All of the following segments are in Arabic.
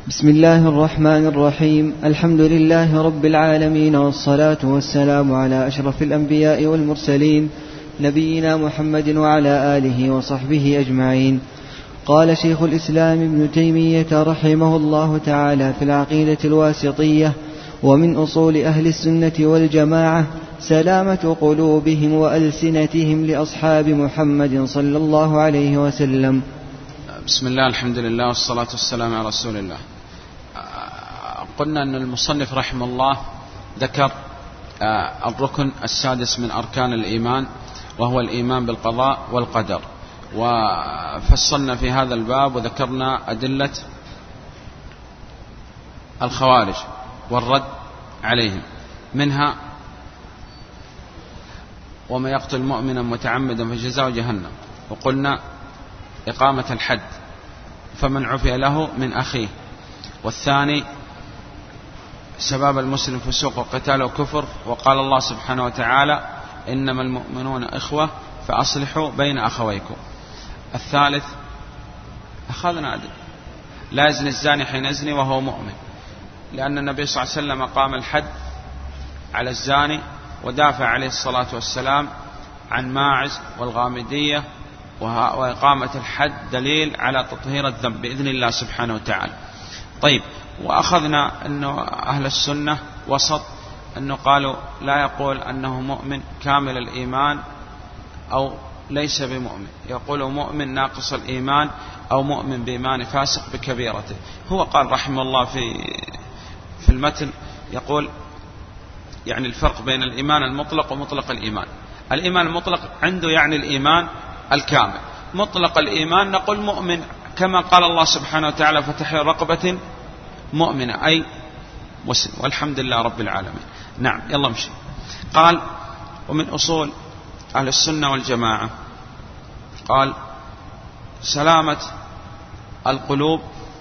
بسم الله الرحمن الرحيم. الحمد لله رب العالمين، والصلاة والسلام على أشرف الأنبياء والمرسلين، نبينا محمد وعلى آله وصحبه أجمعين. قال شيخ الإسلام ابن تيمية رحمه الله تعالى في العقيدة الواسطية: ومن أصول أهل السنة والجماعة سلامة قلوبهم وألسنتهم لأصحاب محمد صلى الله عليه وسلم. بسم الله، الحمد لله، والصلاة والسلام على رسول الله. قلنا أن المصنف رحمه الله ذكر الركن السادس من أركان الإيمان، وهو الإيمان بالقضاء والقدر، وفصلنا في هذا الباب وذكرنا أدلة الخوارج والرد عليهم، منها وما يقتل مؤمنا متعمدا فجزاؤه جهنم، وقلنا إقامة الحد فمن عفي له من أخيه، والثاني سباب المسلم فسوق وقتاله كفر، وقال الله سبحانه وتعالى: إنما المؤمنون إخوة فأصلحوا بين أخويكم. الثالث أخذنا عدل لا يزني الزاني حين يزني وهو مؤمن، لأن النبي صلى الله عليه وسلم قام الحد على الزاني، ودافع عليه الصلاة والسلام عن ماعز والغامدية، وإقامة الحد دليل على تطهير الذنب بإذن الله سبحانه وتعالى. طيب، وأخذنا أنه أهل السنة وسط، أنه قالوا لا يقول أنه مؤمن كامل الإيمان أو ليس بمؤمن، يقول مؤمن ناقص الإيمان أو مؤمن بإيمان فاسق بكبيرته. هو قال رحمه الله في المتن، يقول يعني الفرق بين الإيمان المطلق ومطلق الإيمان. الإيمان المطلق عنده يعني الإيمان الكامل، مطلق الإيمان نقول مؤمن، كما قال الله سبحانه وتعالى: فتحرير رقبة مؤمنة، أي مسلم، والحمد لله رب العالمين. نعم، يلا امشي. قال: ومن أصول أهل السنة والجماعة، قال: سلامة القلوب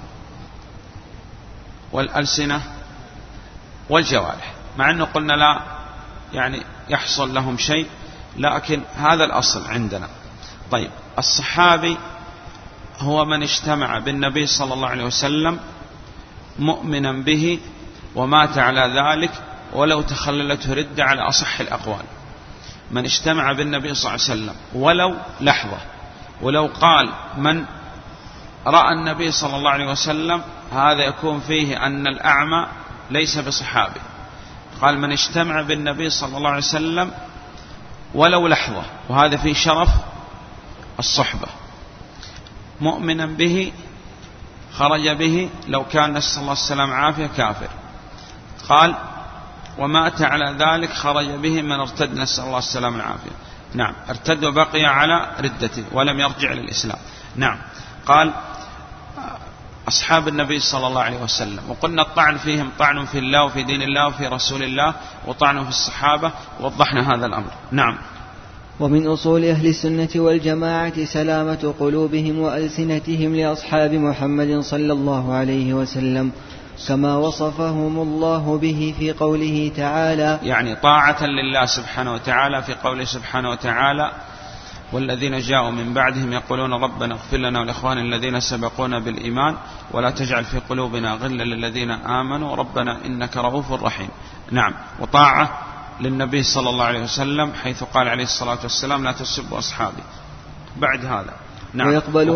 والألسنة والجوارح، مع أنه قلنا لا يعني يحصل لهم شيء، لكن هذا الأصل عندنا. طيب، الصحابي هو من اجتمع بالنبي صلى الله عليه وسلم مؤمنا به ومات على ذلك ولو تخللته ردة على أصح الأقوال. من اجتمع بالنبي صلى الله عليه وسلم ولو لحظة، ولو قال من رأى النبي صلى الله عليه وسلم، هذا يكون فيه أن الأعمى ليس بصحابي. قال من اجتمع بالنبي صلى الله عليه وسلم ولو لحظة، وهذا فيه شرف الصحبة. مؤمنا به خرج به، لو كان نسأل الله السلام عافية كافر. قال ومات على ذلك خرج به من ارتد، نسأل الله السلام العافية. نعم، ارتد وبقي على ردته ولم يرجع للإسلام. نعم. قال أصحاب النبي صلى الله عليه وسلم، وقلنا الطعن فيهم طعن في الله وفي دين الله وفي رسول الله، وطعن في الصحابة، ووضحنا هذا الأمر. نعم. ومن أصول أهل السنة والجماعة سلامة قلوبهم وألسنتهم لأصحاب محمد صلى الله عليه وسلم، كما وصفهم الله به في قوله تعالى، يعني طاعة لله سبحانه وتعالى في قوله سبحانه وتعالى: والذين جاءوا من بعدهم يقولون ربنا اغفر لنا ولإخواننا الذين سبقونا بالإيمان ولا تجعل في قلوبنا غلا للذين آمنوا ربنا إنك رؤوف رحيم. نعم. وطاعة للنبي صلى الله عليه وسلم، حيث قال عليه الصلاة والسلام: لا تسبوا أصحابي. بعد هذا نعم،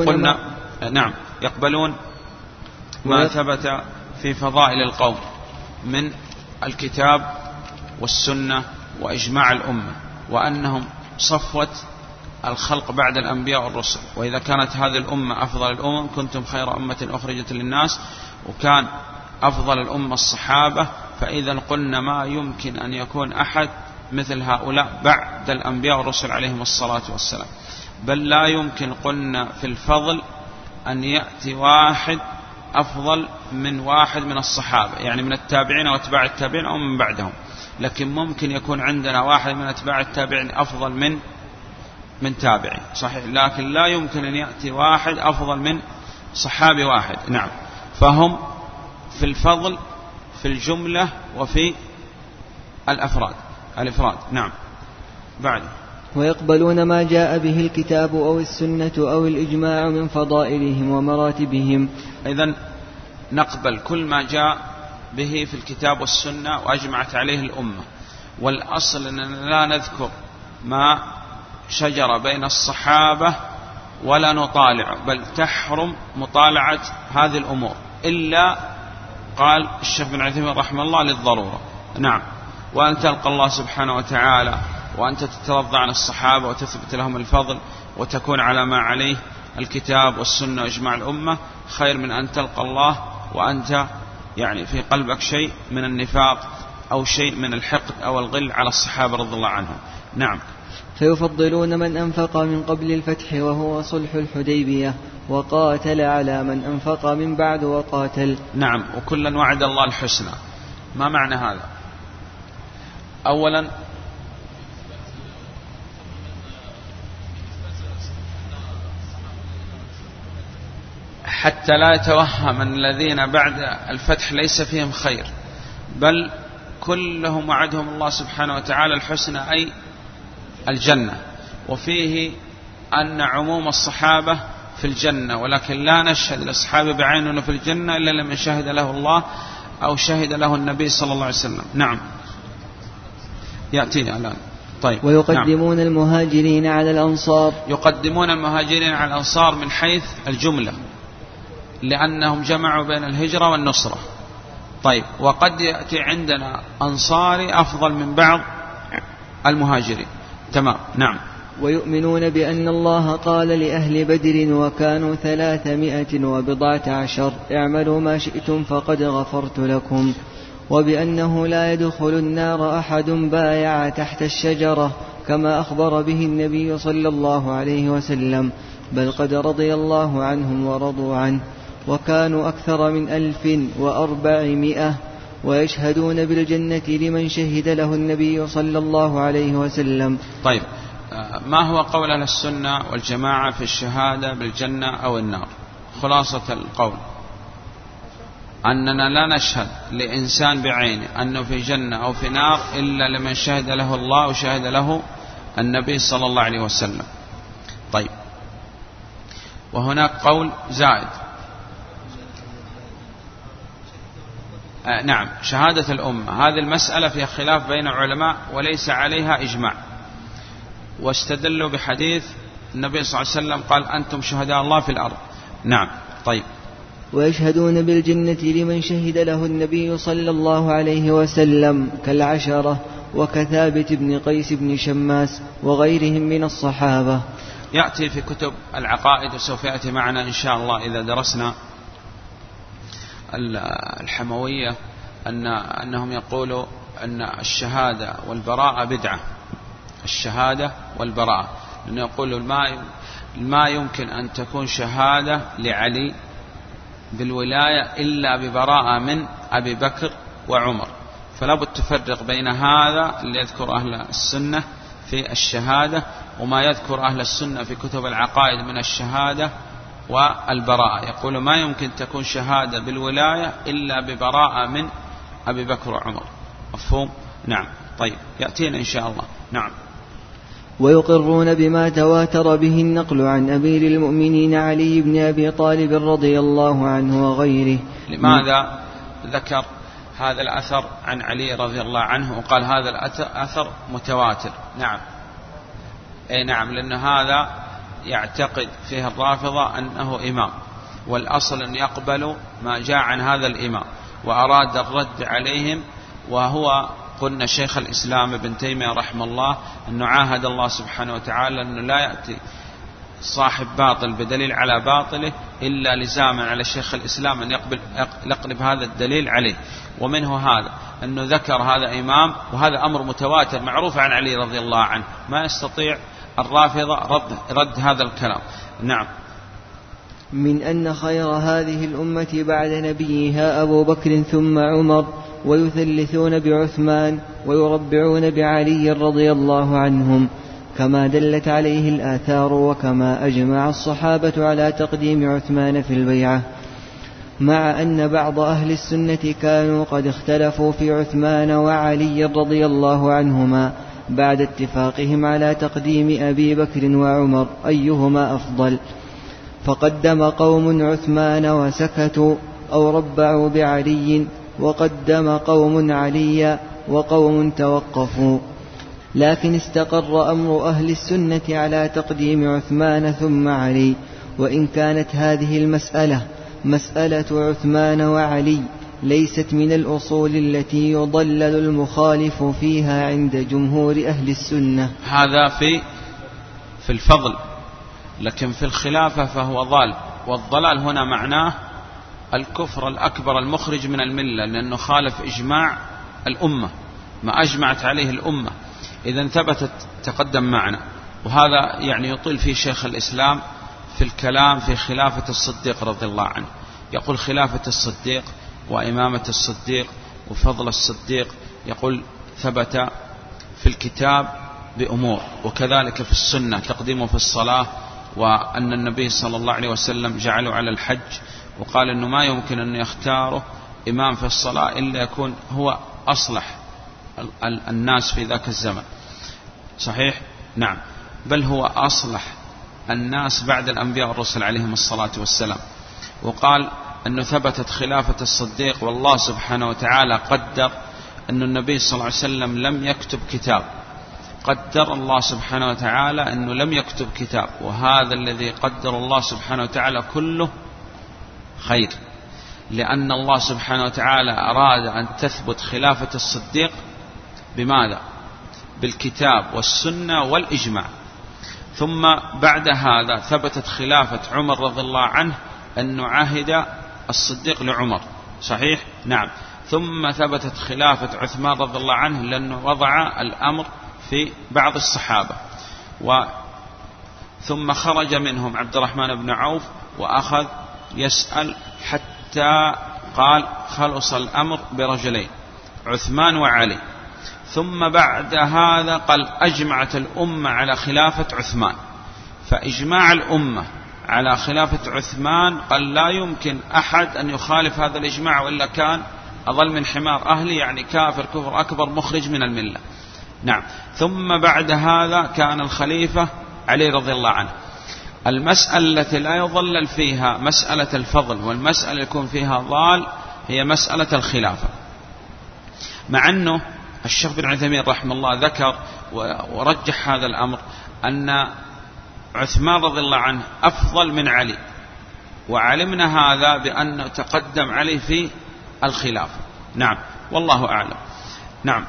يقبلون ما ثبت في فضائل القوم من الكتاب والسنة وإجماع الأمة، وأنهم صفوة الخلق بعد الأنبياء والرسل، وإذا كانت هذه الأمة أفضل الأمم كنتم خير أمة أخرجت للناس، وكان أفضل الأمة الصحابة، فإذا قلنا ما يمكن أن يكون أحد مثل هؤلاء بعد الأنبياء والرسل عليهم الصلاة والسلام، بل لا يمكن قلنا في الفضل أن يأتي واحد أفضل من واحد من الصحابة، يعني من التابعين واتباع التابعين أو من بعدهم، لكن ممكن يكون عندنا واحد من اتباع التابعين أفضل من تابعين، صحيح، لكن لا يمكن أن يأتي واحد أفضل من صحابي واحد. نعم. فهم في الفضل في الجملة وفي الأفراد. نعم. بعد: ويقبلون ما جاء به الكتاب أو السنة أو الإجماع من فضائلهم ومراتبهم. إذن نقبل كل ما جاء به في الكتاب والسنة وأجمعت عليه الأمة. والأصل أننا لا نذكر ما شجر بين الصحابة ولا نطالع، بل تحرم مطالعة هذه الأمور إلا قال الشيخ بن عثيمين رحمه الله للضرورة. نعم. وأن تلقى الله سبحانه وتعالى وأنت تترضى عن الصحابة وتثبت لهم الفضل وتكون على ما عليه الكتاب والسنة وإجماع الأمة خير من أن تلقى الله وأنت يعني في قلبك شيء من النفاق أو شيء من الحقد أو الغل على الصحابة رضي الله عنهم. نعم. فيفضلون من أنفق من قبل الفتح وهو صلح الحديبية، وقاتل على من أنفق من بعد وقاتل. نعم. وكلا وعد الله الحسنى. ما معنى هذا؟ أولا حتى لا يتوهم أن الذين بعد الفتح ليس فيهم خير، بل كلهم وعدهم الله سبحانه وتعالى الحسنى أي الجنة، وفيه أن عموم الصحابة في الجنة، ولكن لا نشهد للصحابة بعيننا في الجنة إلا لمن شهد له الله أو شهد له النبي صلى الله عليه وسلم. نعم. يأتينا الآن. طيب. ويقدمون نعم. المهاجرين على الأنصار. يقدمون المهاجرين على الأنصار من حيث الجملة لأنهم جمعوا بين الهجرة والنصرة. طيب. وقد يأتي عندنا أنصاري أفضل من بعض المهاجرين. تمام. نعم. ويؤمنون بأن الله قال لأهل بدر وكانوا 310 اعملوا ما شئتم فقد غفرت لكم، وبأنه لا يدخل النار أحد بايع تحت الشجرة كما أخبر به النبي صلى الله عليه وسلم، بل قد رضي الله عنهم ورضوا عنه، وكانوا أكثر من 1400 ويشهدون بالجنة لمن شهد له النبي صلى الله عليه وسلم. طيب. ما هو قول أهل السنة والجماعة في الشهادة بالجنة أو النار؟ خلاصة القول أننا لا نشهد لإنسان بعينه أنه في جنة أو في نار إلا لمن شهد له الله وشهد له النبي صلى الله عليه وسلم. طيب. وهناك قول زائد. نعم. شهادة الأمة هذه المسألة فيها خلاف بين العلماء وليس عليها إجماع، واستدلوا بحديث النبي صلى الله عليه وسلم قال أنتم شهداء الله في الأرض. نعم. طيب. ويشهدون بالجنة لمن شهد له النبي صلى الله عليه وسلم كالعشرة وكثابت بن قيس بن شماس وغيرهم من الصحابة. يأتي في كتب العقائد وسوف يأتي معنا إن شاء الله إذا درسنا الحموية أنهم يقولوا أن الشهادة والبراءة بدعة. الشهادة والبراءة لأنه يقول ما يمكن أن تكون شهادة لعلي بالولاية إلا ببراءة من أبي بكر وعمر، فلا بد تفرق بين هذا اللي يذكر أهل السنة في الشهادة وما يذكر أهل السنة في كتب العقائد من الشهادة والبراءة. يقول ما يمكن تكون شهادة بالولاية إلا ببراءة من أبي بكر وعمر. مفهوم؟ نعم. طيب. يأتينا إن شاء الله. نعم. ويقرون بما تواتر به النقل عن أمير المؤمنين علي بن أبي طالب رضي الله عنه وغيره. لماذا ذكر هذا الأثر عن علي رضي الله عنه وقال هذا الأثر متواتر؟ نعم. أي نعم. لأن هذا يعتقد فيه الرافضة أنه إمام، والأصل أن يقبلوا ما جاء عن هذا الإمام، وأراد الرد عليهم. وهو قلنا شيخ الإسلام ابن تيمية رحمه الله أنه عاهد الله سبحانه وتعالى أنه لا يأتي صاحب باطل بدليل على باطله إلا لزاما على شيخ الإسلام أن يقلب هذا الدليل عليه. ومنه هذا أنه ذكر هذا إمام، وهذا أمر متواتر معروف عن علي رضي الله عنه، ما يستطيع الرافضة رد هذا الكلام. نعم. من أن خير هذه الأمة بعد نبيها أبو بكر ثم عمر، ويثلثون بعثمان ويربعون بعلي رضي الله عنهم، كما دلت عليه الآثار وكما أجمع الصحابة على تقديم عثمان في البيعة، مع أن بعض أهل السنة كانوا قد اختلفوا في عثمان وعلي رضي الله عنهما بعد اتفاقهم على تقديم أبي بكر وعمر أيهما أفضل، فقدم قوم عثمان وسكتوا، أو ربعوا بعلي، وقدم قوم عليا وقوم توقفوا. لكن استقر أمر أهل السنة على تقديم عثمان ثم علي، وإن كانت هذه المسألة مسألة عثمان وعلي ليست من الأصول التي يضلل المخالف فيها عند جمهور أهل السنة. هذا في الفضل، لكن في الخلافة فهو ضال، والضلال هنا معناه الكفر الأكبر المخرج من الملة، لأنه خالف إجماع الأمة، ما أجمعت عليه الأمة. إذا ثبتت تقدم معنا. وهذا يعني يطيل فيه شيخ الإسلام في الكلام في خلافة الصديق رضي الله عنه. يقول خلافة الصديق وإمامة الصديق وفضل الصديق، يقول ثبت في الكتاب بأمور، وكذلك في السنة تقديمه في الصلاة، وأن النبي صلى الله عليه وسلم جعله على الحج، وقال أنه ما يمكن أن يختاره إمام في الصلاة إلا يكون هو أصلح الناس في ذاك الزمن. صحيح؟ نعم، بل هو أصلح الناس بعد الأنبياء والرسل عليهم الصلاة والسلام. وقال أنه ثبتت خلافة الصديق، والله سبحانه وتعالى قدر أن النبي صلى الله عليه وسلم لم يكتب كتاب، قدر الله سبحانه وتعالى أنه لم يكتب كتاب، وهذا الذي قدر الله سبحانه وتعالى كله خير، لأن الله سبحانه وتعالى أراد أن تثبت خلافة الصديق بماذا؟ بالكتاب والسنة والإجماع. ثم بعد هذا ثبتت خلافة عمر رضي الله عنه، أنه عهد الصديق لعمر. صحيح؟ نعم. ثم ثبتت خلافة عثمان رضي الله عنه، لأنه وضع الأمر في بعض الصحابة، ثم خرج منهم عبد الرحمن بن عوف وأخذ يسأل حتى قال خلص الأمر برجلين، عثمان وعلي. ثم بعد هذا قال أجمعت الأمة على خلافة عثمان، فإجماع الأمة على خلافة عثمان قال لا يمكن أحد أن يخالف هذا الإجماع، وإلا كان أضل من حمار أهلي، يعني كافر كفر أكبر مخرج من الملة. نعم. ثم بعد هذا كان الخليفة علي رضي الله عنه. المسألة التي لا يضلل فيها مسألة الفضل، والمسألة يكون فيها ضال هي مسألة الخلافة، مع أنه الشيخ بن عثيمين رحمه الله ذكر ورجح هذا الأمر، أن عثمان رضي الله عنه أفضل من علي، وعلمنا هذا بأنه تقدم عليه في الخلافة. نعم، والله أعلم. نعم.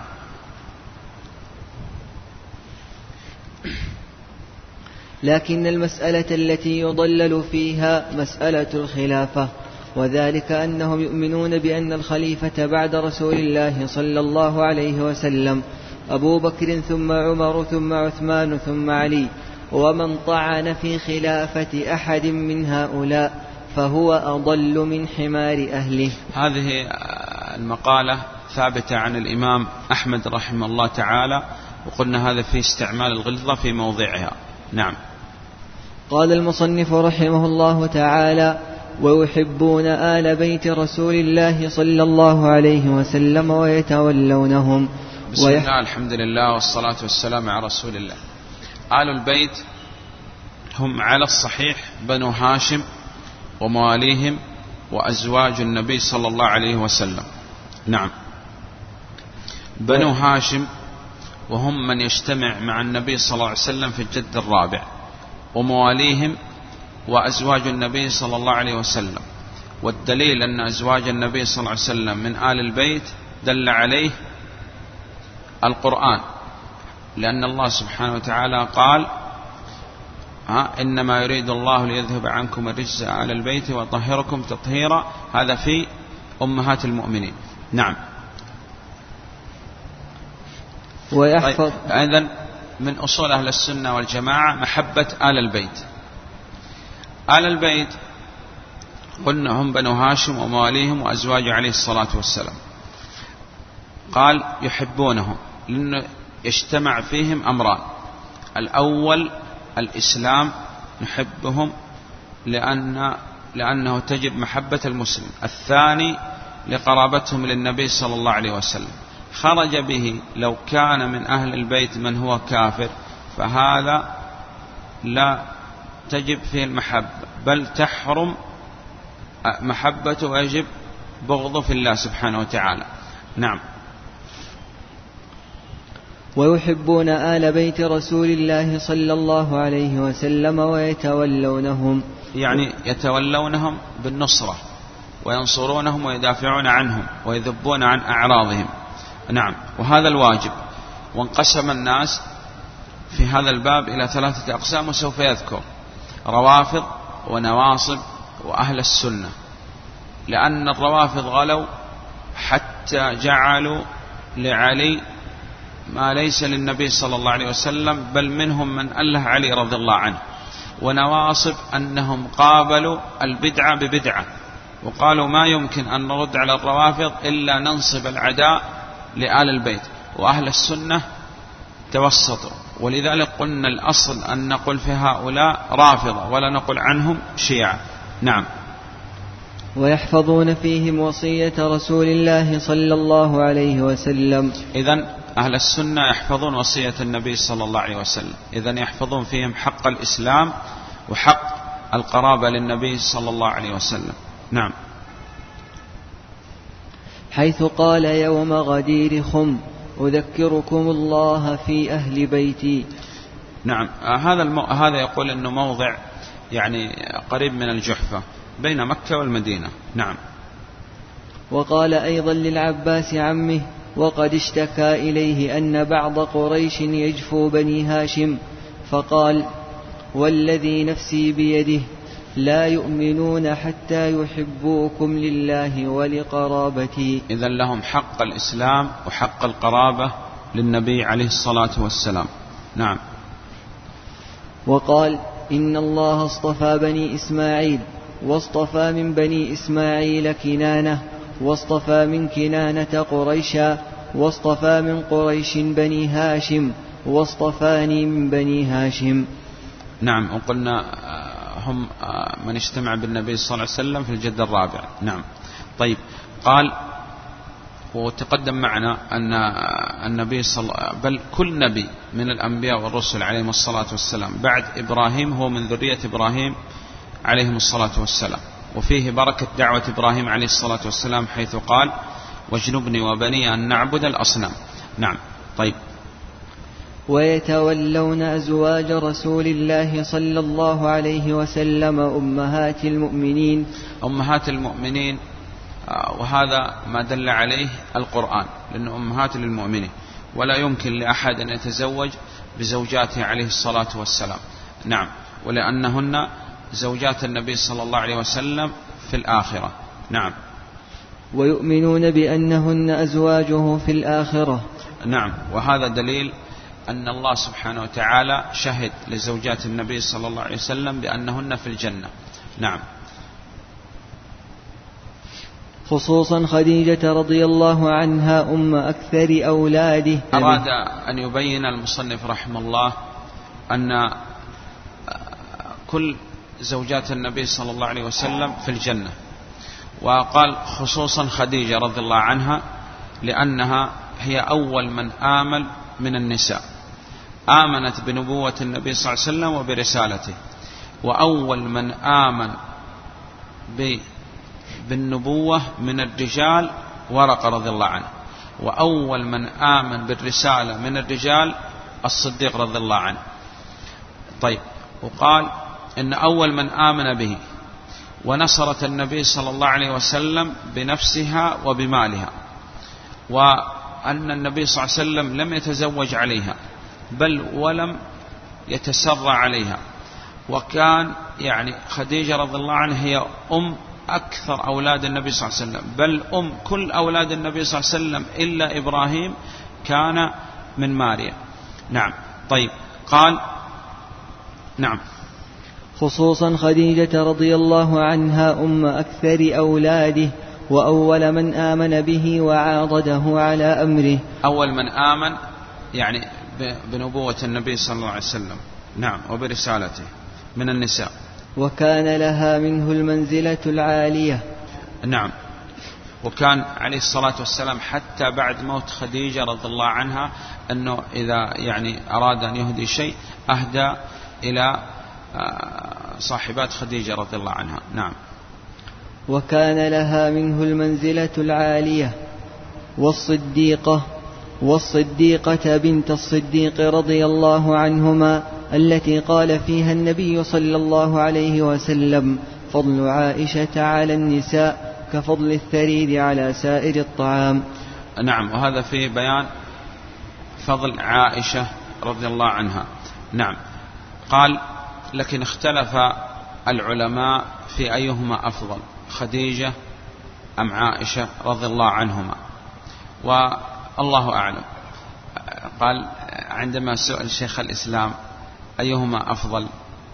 لكن المسألة التي يضلل فيها مسألة الخلافة، وذلك أنهم يؤمنون بأن الخليفة بعد رسول الله صلى الله عليه وسلم أبو بكر ثم عمر ثم عثمان ثم علي، ومن طعن في خلافة أحد من هؤلاء فهو أضل من حمار أهله. هذه المقالة ثابتة عن الإمام أحمد رحمه الله تعالى، وقلنا هذا في استعمال الغلظة في موضعها. نعم. قال المصنف رحمه الله تعالى: ويحبون آل بيت رسول الله صلى الله عليه وسلم ويتولونهم. بسم الله، الحمد لله والصلاة والسلام على رسول الله. آل البيت هم على الصحيح بنو هاشم ومواليهم وأزواج النبي صلى الله عليه وسلم. نعم. بنو هاشم وهم من يجتمع مع النبي صلى الله عليه وسلم في الجد الرابع، ومواليهم وأزواج النبي صلى الله عليه وسلم. والدليل أن أزواج النبي صلى الله عليه وسلم من آل البيت دل عليه القرآن، لأن الله سبحانه وتعالى قال: إنما يريد الله ليذهب عنكم الرجس آل البيت ويطهركم تطهيرا. هذا في أمهات المؤمنين. نعم. ويحفظ. أيضا من أصول أهل السنة والجماعة محبة آل البيت. آل البيت قلنا هم بنو هاشم ومواليهم وأزواج عليه الصلاة والسلام. قال يحبونهم لأنه يجتمع فيهم أمران: الأول الإسلام، نحبهم لأنه تجب محبة المسلم. الثاني لقرابتهم للنبي صلى الله عليه وسلم. خرج به لو كان من أهل البيت من هو كافر، فهذا لا تجب فيه المحبة، بل تحرم محبته ويجب بغضه في الله سبحانه وتعالى. نعم. ويحبون آل بيت رسول الله صلى الله عليه وسلم ويتولونهم، يعني يتولونهم بالنصرة وينصرونهم ويدافعون عنهم ويذبون عن أعراضهم. نعم. وهذا الواجب. وانقسم الناس في هذا الباب إلى 3 أقسام وسوف يذكر: روافض ونواصب وأهل السنة. لأن الروافض غلوا حتى جعلوا لعلي ما ليس للنبي صلى الله عليه وسلم، بل منهم من أله علي رضي الله عنه. ونواصب أنهم قابلوا البدعة ببدعة وقالوا ما يمكن أن نرد على الروافض إلا ننصب العداء لآل البيت. وأهل السنة توسطوا، ولذلك قلنا الأصل أن نقول في هؤلاء رافضة ولا نقول عنهم شيعة. نعم. ويحفظون فيهم وصية رسول الله صلى الله عليه وسلم. إذن أهل السنة يحفظون وصية النبي صلى الله عليه وسلم، إذن يحفظون فيهم حق الإسلام وحق القرابة للنبي صلى الله عليه وسلم. نعم. حيث قال: يوم غدير خم أذكركم الله في أهل بيتي. نعم. هذا يقول أنه موضع يعني قريب من الجحفة بين مكة والمدينة. نعم. وقال أيضا للعباس عمه وقد اشتكى إليه أن بعض قريش يجفو بني هاشم، فقال: والذي نفسي بيده لا يؤمنون حتى يحبوكم لله ولقرابتي. إذن لهم حق الإسلام وحق القرابة للنبي عليه الصلاة والسلام. نعم. وقال: إن الله اصطفى بني إسماعيل، واصطفى من بني إسماعيل كنانة، واصطفى من كنانة قريشا، واصطفى من قريش بني هاشم، واصطفاني من بني هاشم. نعم. وقلنا هم من اجتمع بالنبي صلى الله عليه وسلم في الجد الرابع. نعم. طيب. قال: وتقدم معنا أن النبي بل كل نبي من الأنبياء والرسل عليهم الصلاة والسلام بعد إبراهيم هو من ذرية إبراهيم عليهم الصلاة والسلام، وفيه بركة دعوة إبراهيم عليه الصلاة والسلام حيث قال: واجنبني وبني أن نعبد الأصنام. نعم. طيب. ويتولون أزواج رسول الله صلى الله عليه وسلم أمهات المؤمنين. أمهات المؤمنين، وهذا ما دل عليه القرآن، لأنه أمهات للمؤمنين، ولا يمكن لأحد أن يتزوج بزوجاته عليه الصلاة والسلام. نعم. ولأنهن زوجات النبي صلى الله عليه وسلم في الآخرة. نعم. ويؤمنون بأنهن أزواجه في الآخرة. نعم. وهذا دليل أن الله سبحانه وتعالى شهد لزوجات النبي صلى الله عليه وسلم بأنهن في الجنة. نعم. خصوصا خديجة رضي الله عنها أم أكثر أولاده. أراد أن يبين المصنف رحمه الله أن كل زوجات النبي صلى الله عليه وسلم في الجنة، وقال خصوصا خديجة رضي الله عنها لأنها هي أول من آمن من النساء، آمنت بنبوة النبي صلى الله عليه وسلم وبرسالته. وأول من آمن بالنبوة من الرجال ورقة رضي الله عنه، وأول من آمن بالرسالة من الرجال الصديق رضي الله عنه. طيب. وقال إن أول من آمن به ونصرت النبي صلى الله عليه وسلم بنفسها وبمالها، وأن النبي صلى الله عليه وسلم لم يتزوج عليها بل ولم يتسرع عليها، وكان يعني خديجة رضي الله عنها هي أم أكثر أولاد النبي صلى الله عليه وسلم، بل أم كل أولاد النبي صلى الله عليه وسلم إلا إبراهيم كان من ماريا. نعم. طيب. قال: نعم. خصوصا خديجة رضي الله عنها أم أكثر أولاده، وأول من آمن به وعاضده على أمره. أول من آمن يعني بنبوة النبي صلى الله عليه وسلم. نعم. وبرسالته من النساء، وكان لها منه المنزلة العالية. نعم. وكان عليه الصلاة والسلام حتى بعد موت خديجة رضي الله عنها أنه إذا يعني أراد أن يهدي شيء أهدى إلى صاحبات خديجة رضي الله عنها. نعم. وكان لها منه المنزلة العالية. والصديقة بنت الصديق رضي الله عنهما التي قال فيها النبي صلى الله عليه وسلم: فضل عائشة على النساء كفضل الثريد على سائر الطعام. نعم، وهذا في بيان فضل عائشة رضي الله عنها. نعم. قال: لكن اختلف العلماء في أيهما أفضل، خديجة أم عائشة رضي الله عنهما، والله أعلم. قال عندما سئل شيخ الإسلام أيهما أفضل،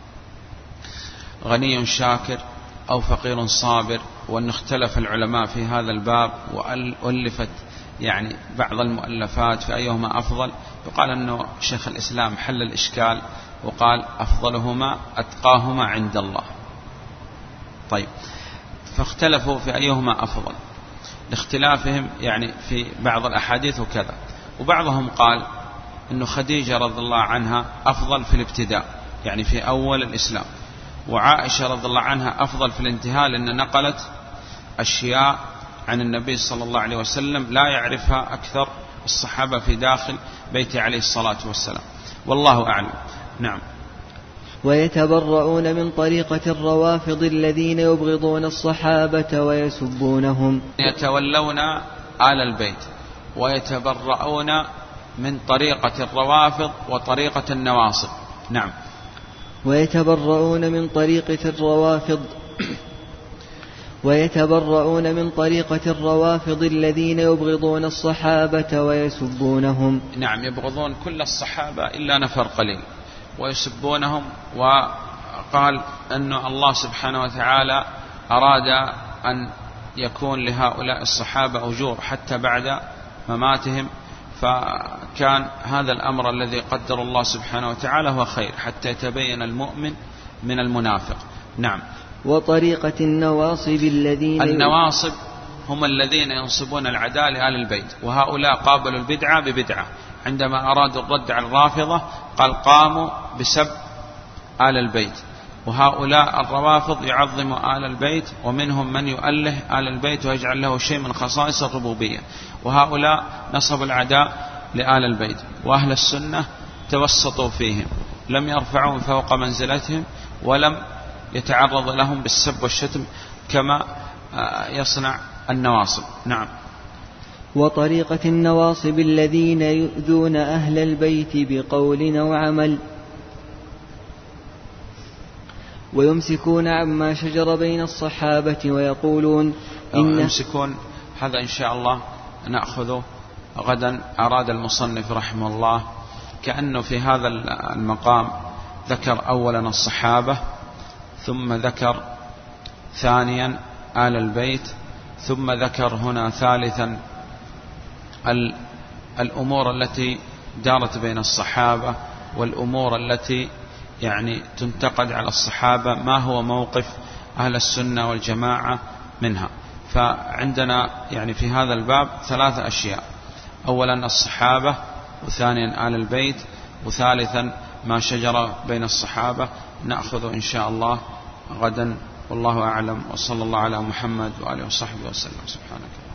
غني شاكر أو فقير صابر، وأن اختلف العلماء في هذا الباب وألفت يعني بعض المؤلفات في أيهما أفضل، يقال أنه شيخ الإسلام حل الإشكال وقال: أفضلهما أتقاهما عند الله. طيب، فاختلفوا في أيهما أفضل لاختلافهم يعني في بعض الأحاديث وكذا. وبعضهم قال أن خديجة رضي الله عنها أفضل في الابتداء، يعني في أول الإسلام، وعائشة رضي الله عنها أفضل في الانتهاء، لأن نقلت أشياء عن النبي صلى الله عليه وسلم لا يعرفها أكثر الصحابة في داخل بيته عليه الصلاة والسلام، والله أعلم. نعم. ويتبرؤون من طريقة الروافض الذين يبغضون الصحابة ويسبونهم. يتولون آل البيت ويتبرؤون من طريقة الروافض وطريقة النواصب. نعم. ويتبرؤون من طريقة الروافض الذين يبغضون الصحابة ويسبونهم. نعم، يبغضون كل الصحابة إلا نفر قليل ويسبونهم. وقال أن الله سبحانه وتعالى أراد أن يكون لهؤلاء الصحابة أجور حتى بعد مماتهم، فكان هذا الأمر الذي قدر الله سبحانه وتعالى هو خير حتى يتبين المؤمن من المنافق. نعم. وطريقة النواصب النواصب هم الذين ينصبون العداء لآل البيت، وهؤلاء قابلوا البدعة ببدعة. عندما أرادوا الرد على الرافضة قال: قاموا بسب آل البيت. وهؤلاء الروافض يعظموا آل البيت، ومنهم من يؤله آل البيت ويجعل له شيء من خصائص الربوبية، وهؤلاء نصبوا العداء لآل البيت. وأهل السنة توسطوا فيهم، لم يرفعوا فوق منزلتهم ولم يتعرض لهم بالسب والشتم كما يصنع النواصب. نعم. وطريقة النواصب الذين يؤذون أهل البيت بقول أو عمل ويمسكون عما شجر بين الصحابة ويقولون يمسكون. هذا إن شاء الله نأخذه غدا. أراد المصنف رحمه الله كأنه في هذا المقام ذكر أولا الصحابة، ثم ذكر ثانيا آل البيت، ثم ذكر هنا ثالثا الأمور التي دارت بين الصحابة والأمور التي يعني تنتقد على الصحابة، ما هو موقف أهل السنة والجماعة منها. فعندنا يعني في هذا الباب 3 أشياء: أولا الصحابة، وثانيا آل البيت، وثالثا ما شجر بين الصحابة. نأخذ إن شاء الله غدا، والله أعلم، وصلى الله على محمد وآله وصحبه وسلم. سبحانك.